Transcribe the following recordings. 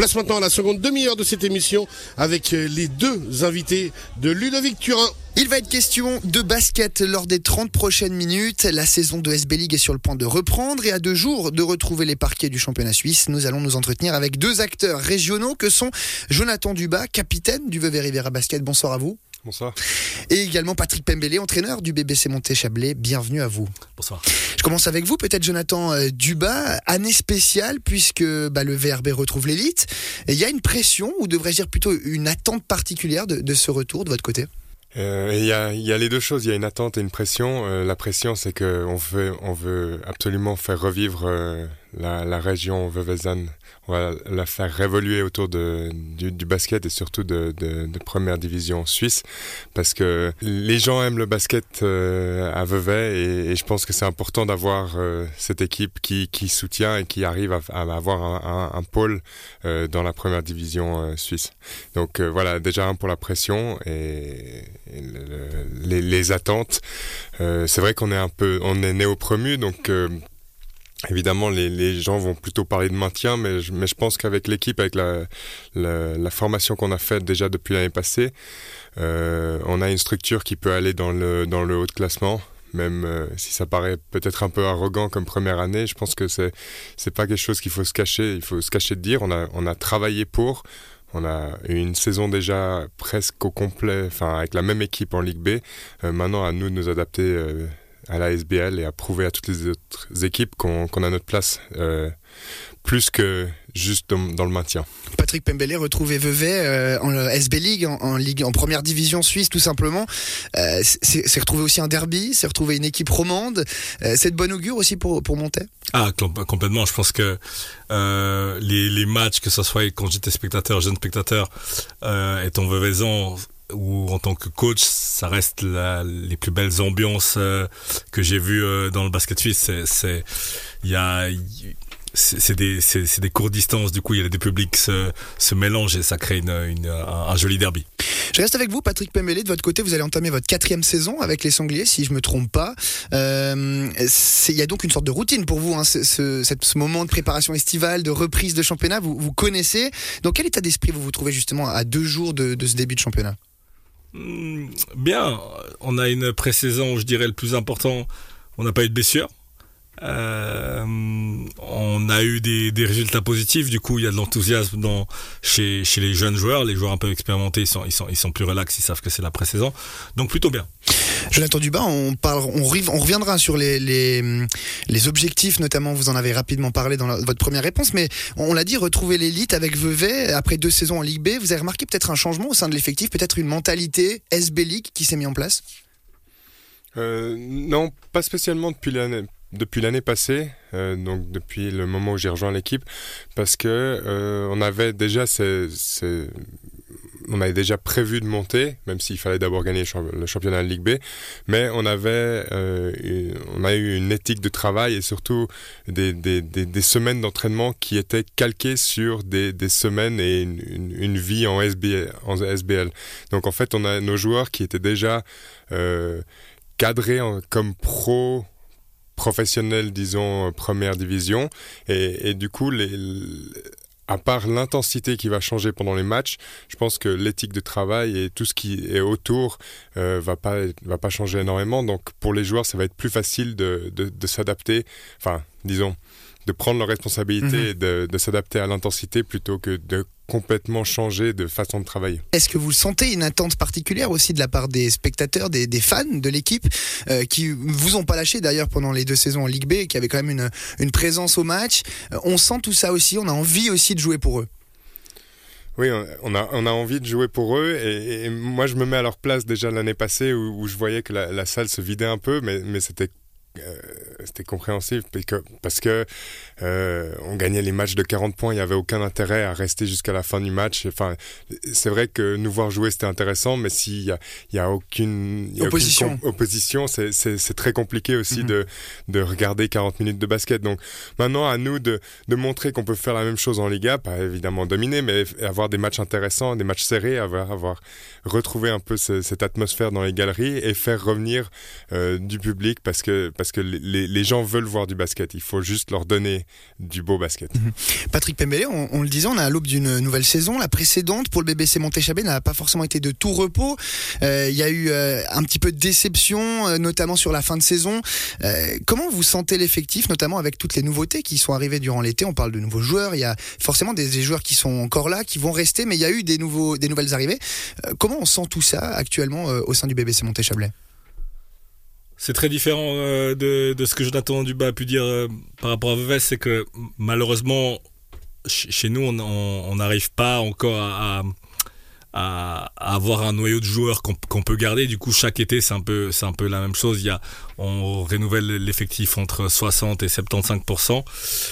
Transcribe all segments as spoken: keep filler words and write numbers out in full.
Place maintenant à la seconde demi-heure de cette émission avec les deux invités de Ludovic Turin. Il va être question de basket lors des trente prochaines minutes. La saison de S B League est sur le point de reprendre et à deux jours de retrouver les parquets du championnat suisse, nous allons nous entretenir avec deux acteurs régionaux que sont Jonathan Dubas, capitaine du Vevey Rivera Basket. Bonsoir à vous. Bonsoir. Et également Patrick Pembele, entraîneur du B B C Monté-Chablais. Bienvenue à vous. Bonsoir. Je commence avec vous, peut-être Jonathan Dubas. Année spéciale puisque bah, le V R B retrouve l'élite. Il y a une pression, ou devrais-je dire plutôt une attente particulière de, de ce retour de votre côté ? Il euh, y, a, y a les deux choses, il y a une attente et une pression. Euh, la pression, c'est qu'on veut, on veut absolument faire revivre euh, la, la région veuvezane. On va la faire révoluer autour de, du, du basket et surtout de, de, de première division suisse, parce que les gens aiment le basket euh, à Vevey et, et je pense que c'est important d'avoir euh, cette équipe qui, qui soutient et qui arrive à, à avoir un, un, un pôle euh, dans la première division euh, suisse. Donc euh, voilà, déjà un pour la pression et, et le, le, les, les attentes. Euh, c'est vrai qu'on est un peu, on est néo-promu, donc euh, évidemment, les, les gens vont plutôt parler de maintien, mais je, mais je pense qu'avec l'équipe, avec la, la, la formation qu'on a faite déjà depuis l'année passée, euh, on a une structure qui peut aller dans le, dans le haut de classement. Même euh, si ça paraît peut-être un peu arrogant comme première année, je pense que c'est, c'est pas quelque chose qu'il faut se cacher. Il faut se cacher de dire. On a, on a travaillé pour. On a eu une saison déjà presque au complet, enfin avec la même équipe en Ligue B. Euh, maintenant, à nous de nous adapter Euh, à la S B L et à prouver à toutes les autres équipes qu'on, qu'on a notre place euh, plus que juste dans, dans le maintien. Patrick Pembele, retrouvé Vevey euh, en S B League, en, en Ligue, en première division suisse tout simplement. Euh, c'est, c'est retrouvé aussi un derby, c'est retrouvé une équipe romande. Euh, c'est de bon augure aussi pour, pour Montet ? Ah, complètement. Je pense que euh, les, les matchs, que ce soit quand j'étais spectateur, jeune spectateur, euh, étant Vevezan, ou en tant que coach, ça reste la, les plus belles ambiances euh, que j'ai vues euh, dans le basket suisse. C'est, c'est, y a, y, c'est, c'est, des, c'est, c'est des courtes distances, du coup, il y a des publics se, se mélangent et ça crée une, une, un, un joli derby. Je reste avec vous, Patrick Pembele. De votre côté, vous allez entamer votre quatrième saison avec les Sangliers, si je me trompe pas. Euh, il y a donc une sorte de routine pour vous, hein, ce, ce, ce moment de préparation estivale, de reprise de championnat. Vous, vous connaissez. Dans quel état d'esprit vous vous trouvez justement à deux jours de, de ce début de championnat ? Bien, on a une pré-saison, je dirais le plus important, on n'a pas eu de blessure. Euh, on a eu des, des résultats positifs, du coup il y a de l'enthousiasme dans, chez, chez les jeunes joueurs, les joueurs un peu expérimentés, ils sont, ils sont, ils sont plus relax, ils savent que c'est la pré-saison, donc plutôt bien. Jonathan Dubas, on, parle, on, on reviendra sur les, les, les objectifs, notamment vous en avez rapidement parlé dans la, votre première réponse, mais on l'a dit, retrouver l'élite avec Vevey, après deux saisons en Ligue B, vous avez remarqué peut-être un changement au sein de l'effectif, peut-être une mentalité S B League qui s'est mise en place ? euh, Non, pas spécialement depuis l'année. Depuis l'année passée, euh, donc depuis le moment où j'ai rejoint l'équipe, parce que euh, on avait déjà ces, ces, on avait déjà prévu de monter, même s'il fallait d'abord gagner le championnat de Ligue B, mais on avait, euh, une, on a eu une éthique de travail et surtout des, des, des, des semaines d'entraînement qui étaient calquées sur des, des semaines et une, une, une vie en S B, en S B L. Donc en fait, on a nos joueurs qui étaient déjà euh, cadrés en, comme pros professionnels, disons, première division. Et, et du coup, les, à part l'intensité qui va changer pendant les matchs, je pense que l'éthique de travail et tout ce qui est autour euh, va pas, va pas changer énormément. Donc, pour les joueurs, ça va être plus facile de, de, de s'adapter, enfin, disons, de prendre leurs responsabilités mmh. et de, de s'adapter à l'intensité plutôt que de complètement changer de façon de travailler. Est-ce que vous sentez une attente particulière aussi de la part des spectateurs, des, des fans de l'équipe euh, qui vous ont pas lâché d'ailleurs pendant les deux saisons en Ligue B, qui avaient quand même une, une présence au match. Euh, on sent tout ça aussi, on a envie aussi de jouer pour eux. Oui, on a, on a envie de jouer pour eux et, et moi je me mets à leur place déjà l'année passée où, où je voyais que la, la salle se vidait un peu, mais, mais c'était Euh, c'était compréhensible parce que, parce que euh, on gagnait les matchs de quarante points, il n'y avait aucun intérêt à rester jusqu'à la fin du match. Enfin, c'est vrai que nous voir jouer c'était intéressant, mais s'il y a, il y a aucune, il y a opposition, aucune opposition c'est, c'est, c'est très compliqué aussi mm-hmm. de, de regarder quarante minutes de basket. Donc maintenant à nous de, de montrer qu'on peut faire la même chose en Liga, pas évidemment dominer, mais avoir des matchs intéressants, des matchs serrés, avoir, avoir retrouvé un peu ce, cette atmosphère dans les galeries et faire revenir euh, du public parce que parce que les, les gens veulent voir du basket. Il faut juste leur donner du beau basket. Mmh. Patrick Pembele, on, on le disait, on est à l'aube d'une nouvelle saison. La précédente pour le B B C Montéchablais n'a pas forcément été de tout repos. Il euh, y a eu euh, un petit peu de déception, euh, notamment sur la fin de saison. Euh, comment vous sentez l'effectif, notamment avec toutes les nouveautés qui sont arrivées durant l'été? On parle de nouveaux joueurs. Il y a forcément des, des joueurs qui sont encore là, qui vont rester, mais il y a eu des, nouveaux, des nouvelles arrivées. Euh, comment on sent tout ça actuellement euh, au sein du B B C Montéchablais? C'est très différent euh, de, de ce que Jonathan Dubas a pu dire euh, par rapport à Vevey. C'est que malheureusement, ch- chez nous, on n'arrive pas encore à, à, à avoir un noyau de joueurs qu'on, qu'on peut garder. Du coup, chaque été, c'est un peu, c'est un peu la même chose. Il y a, on renouvelle l'effectif entre soixante et soixante-quinze pour cent.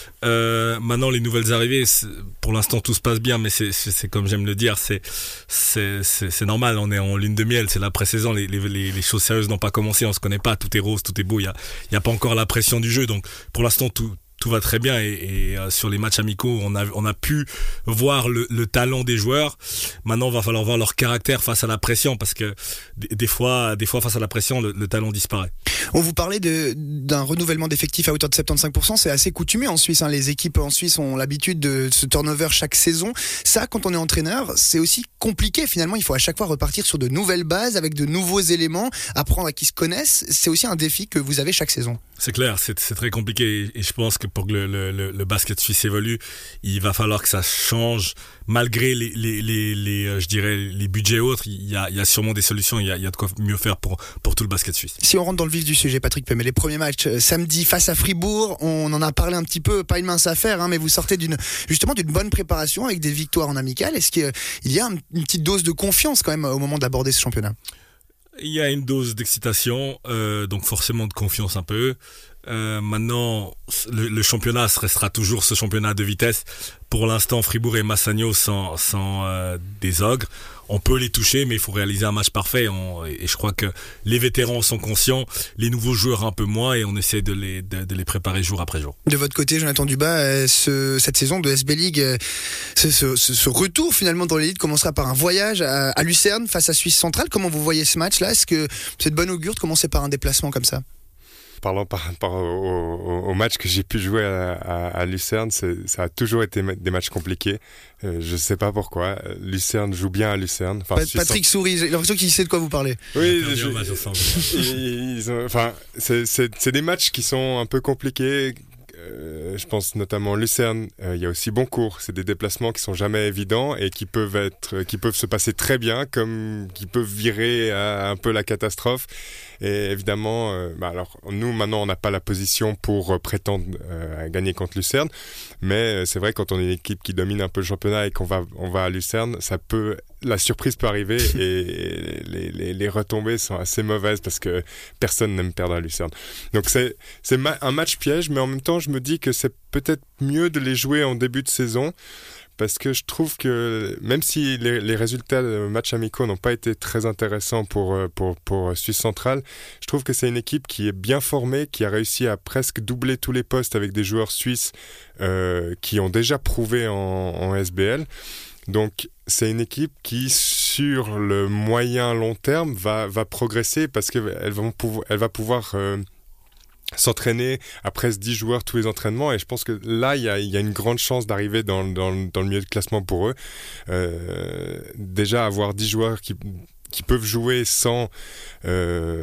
Euh, maintenant, les nouvelles arrivées, pour l'instant, tout se passe bien, mais c'est, c'est, c'est comme j'aime le dire, c'est, c'est, c'est, c'est normal. On est en lune de miel, c'est la pré-saison, les, les, les choses sérieuses n'ont pas commencé, on se connaît pas, tout est rose, tout est beau, il y a, il y a pas encore la pression du jeu, donc pour l'instant, tout, tout va très bien et, et euh, sur les matchs amicaux, on a, on a pu voir le, le talent des joueurs. Maintenant, il va falloir voir leur caractère face à la pression, parce que des, des fois, des fois face à la pression, le, le talent disparaît. On vous parlait de, d'un renouvellement d'effectifs à hauteur de soixante-quinze pour cent, c'est assez coutumier en Suisse, hein. Les équipes en Suisse ont l'habitude de ce turnover chaque saison. Ça, quand on est entraîneur, c'est aussi compliqué finalement. Il faut à chaque fois repartir sur de nouvelles bases, avec de nouveaux éléments, apprendre à qui se connaissent. C'est aussi un défi que vous avez chaque saison. C'est clair, c'est, c'est très compliqué et je pense que pour que le, le, le basket suisse évolue, il va falloir que ça change. Malgré les, les, les, les, je dirais, les budgets autres, il y a, il y a sûrement des solutions, il y a, il y a de quoi mieux faire pour, pour tout le basket suisse. Si on rentre dans le vif du sujet, Patrick Pembele, les premiers matchs euh, samedi face à Fribourg, on en a parlé un petit peu, pas une mince affaire, hein, mais vous sortez d'une, justement d'une bonne préparation avec des victoires en amical. Est-ce qu'il y a un, une petite dose de confiance quand même au moment d'aborder ce championnat? Il y a une dose d'excitation, euh, donc forcément de confiance un peu. Euh, maintenant, le, le championnat restera toujours ce championnat de vitesse. Pour l'instant, Fribourg et Massagno sont, sont euh, des ogres. On peut les toucher, mais il faut réaliser un match parfait. On, et je crois que les vétérans sont conscients, les nouveaux joueurs un peu moins, et on essaie de les, de, de les préparer jour après jour. De votre côté, Jonathan Dubas, euh, ce, cette saison de S B League, euh, ce, ce, ce retour finalement dans l'élite commencera par un voyage à, à Lucerne face à Suisse Centrale. Comment vous voyez ce match-là? Est-ce que c'est de bonne augure de commencer par un déplacement comme ça? Parlant par rapport au, au, au match que j'ai pu jouer à, à, à Lucerne, c'est, ça a toujours été des matchs compliqués. Euh, je ne sais pas pourquoi. Lucerne joue bien à Lucerne. Enfin, Patrick sans... sourit, j'ai l'impression qu'il sait de quoi vous parlez. Oui, je, ils, ils ont, enfin, c'est, c'est, c'est des matchs qui sont un peu compliqués. Euh, je pense notamment Lucerne, il euh, y a aussi Boncourt. C'est des déplacements qui sont jamais évidents et qui peuvent être, qui peuvent se passer très bien, comme qui peuvent virer à un peu la catastrophe. Et évidemment, euh, bah alors nous maintenant on n'a pas la position pour euh, prétendre euh, à gagner contre Lucerne, mais euh, c'est vrai que quand on est une équipe qui domine un peu le championnat et qu'on va on va à Lucerne, ça peut la surprise peut arriver et les, les, les retombées sont assez mauvaises parce que personne n'aime perdre à Lucerne. Donc c'est c'est ma- un match piège, mais en même temps je me dis que c'est peut-être mieux de les jouer en début de saison. Parce que je trouve que même si les, les résultats de matchs amicaux n'ont pas été très intéressants pour, pour, pour Suisse Centrale, je trouve que c'est une équipe qui est bien formée, qui a réussi à presque doubler tous les postes avec des joueurs suisses euh, qui ont déjà prouvé en, en S B L. Donc c'est une équipe qui, sur le moyen long terme, va, va progresser parce qu'elle va pouvoir, elle va pouvoir euh, s'entraîner à presque dix joueurs tous les entraînements, et je pense que là il y a, y a une grande chance d'arriver dans, dans, dans le milieu de classement pour eux. Euh, déjà avoir dix joueurs qui, qui peuvent jouer sans euh,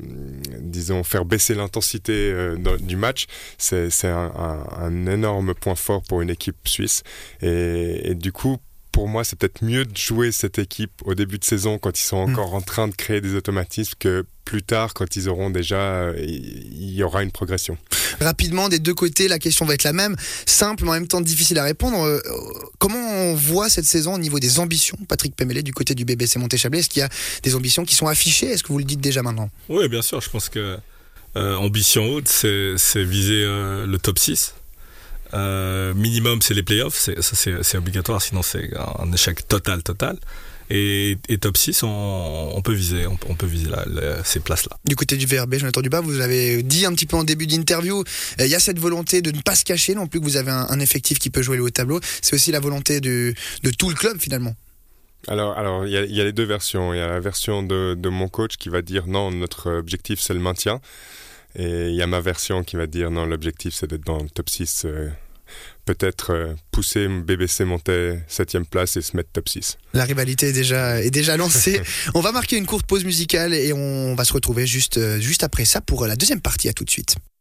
disons faire baisser l'intensité euh, dans, du match, c'est, c'est un, un, un énorme point fort pour une équipe suisse, et, et du coup pour moi, c'est peut-être mieux de jouer cette équipe au début de saison quand ils sont encore mmh. en train de créer des automatismes que plus tard quand ils auront déjà, il y aura une progression. Rapidement, des deux côtés, la question va être la même, simple mais en même temps difficile à répondre. Euh, comment on voit cette saison au niveau des ambitions, Patrick Pembele, du côté du B B C Montéchablais? Est-ce qu'il y a des ambitions qui sont affichées? Est-ce que vous le dites déjà maintenant? Oui, bien sûr. Je pense que euh, ambition haute, c'est, c'est viser euh, le top six. Euh, minimum c'est les playoffs, c'est, ça c'est, c'est obligatoire, sinon c'est un échec total total. Et, et top six, on, on peut viser, on, on peut viser la, la, ces places-là. Du côté du V R B, Jonathan Dubas, vous avez dit un petit peu en début d'interview, il euh, y a cette volonté de ne pas se cacher non plus, que vous avez un, un effectif qui peut jouer le haut tableau. C'est aussi la volonté du, de tout le club finalement. Alors, alors il y a, il y a les deux versions. Il y a la version de, de mon coach qui va dire non, notre objectif c'est le maintien. Et il y a ma version qui va dire non, l'objectif c'est d'être dans le top six. Euh, peut-être euh, pousser B B C monter septième place et se mettre top six. La rivalité est déjà, est déjà lancée. On va marquer une courte pause musicale et on va se retrouver juste, juste après ça pour la deuxième partie. À tout de suite.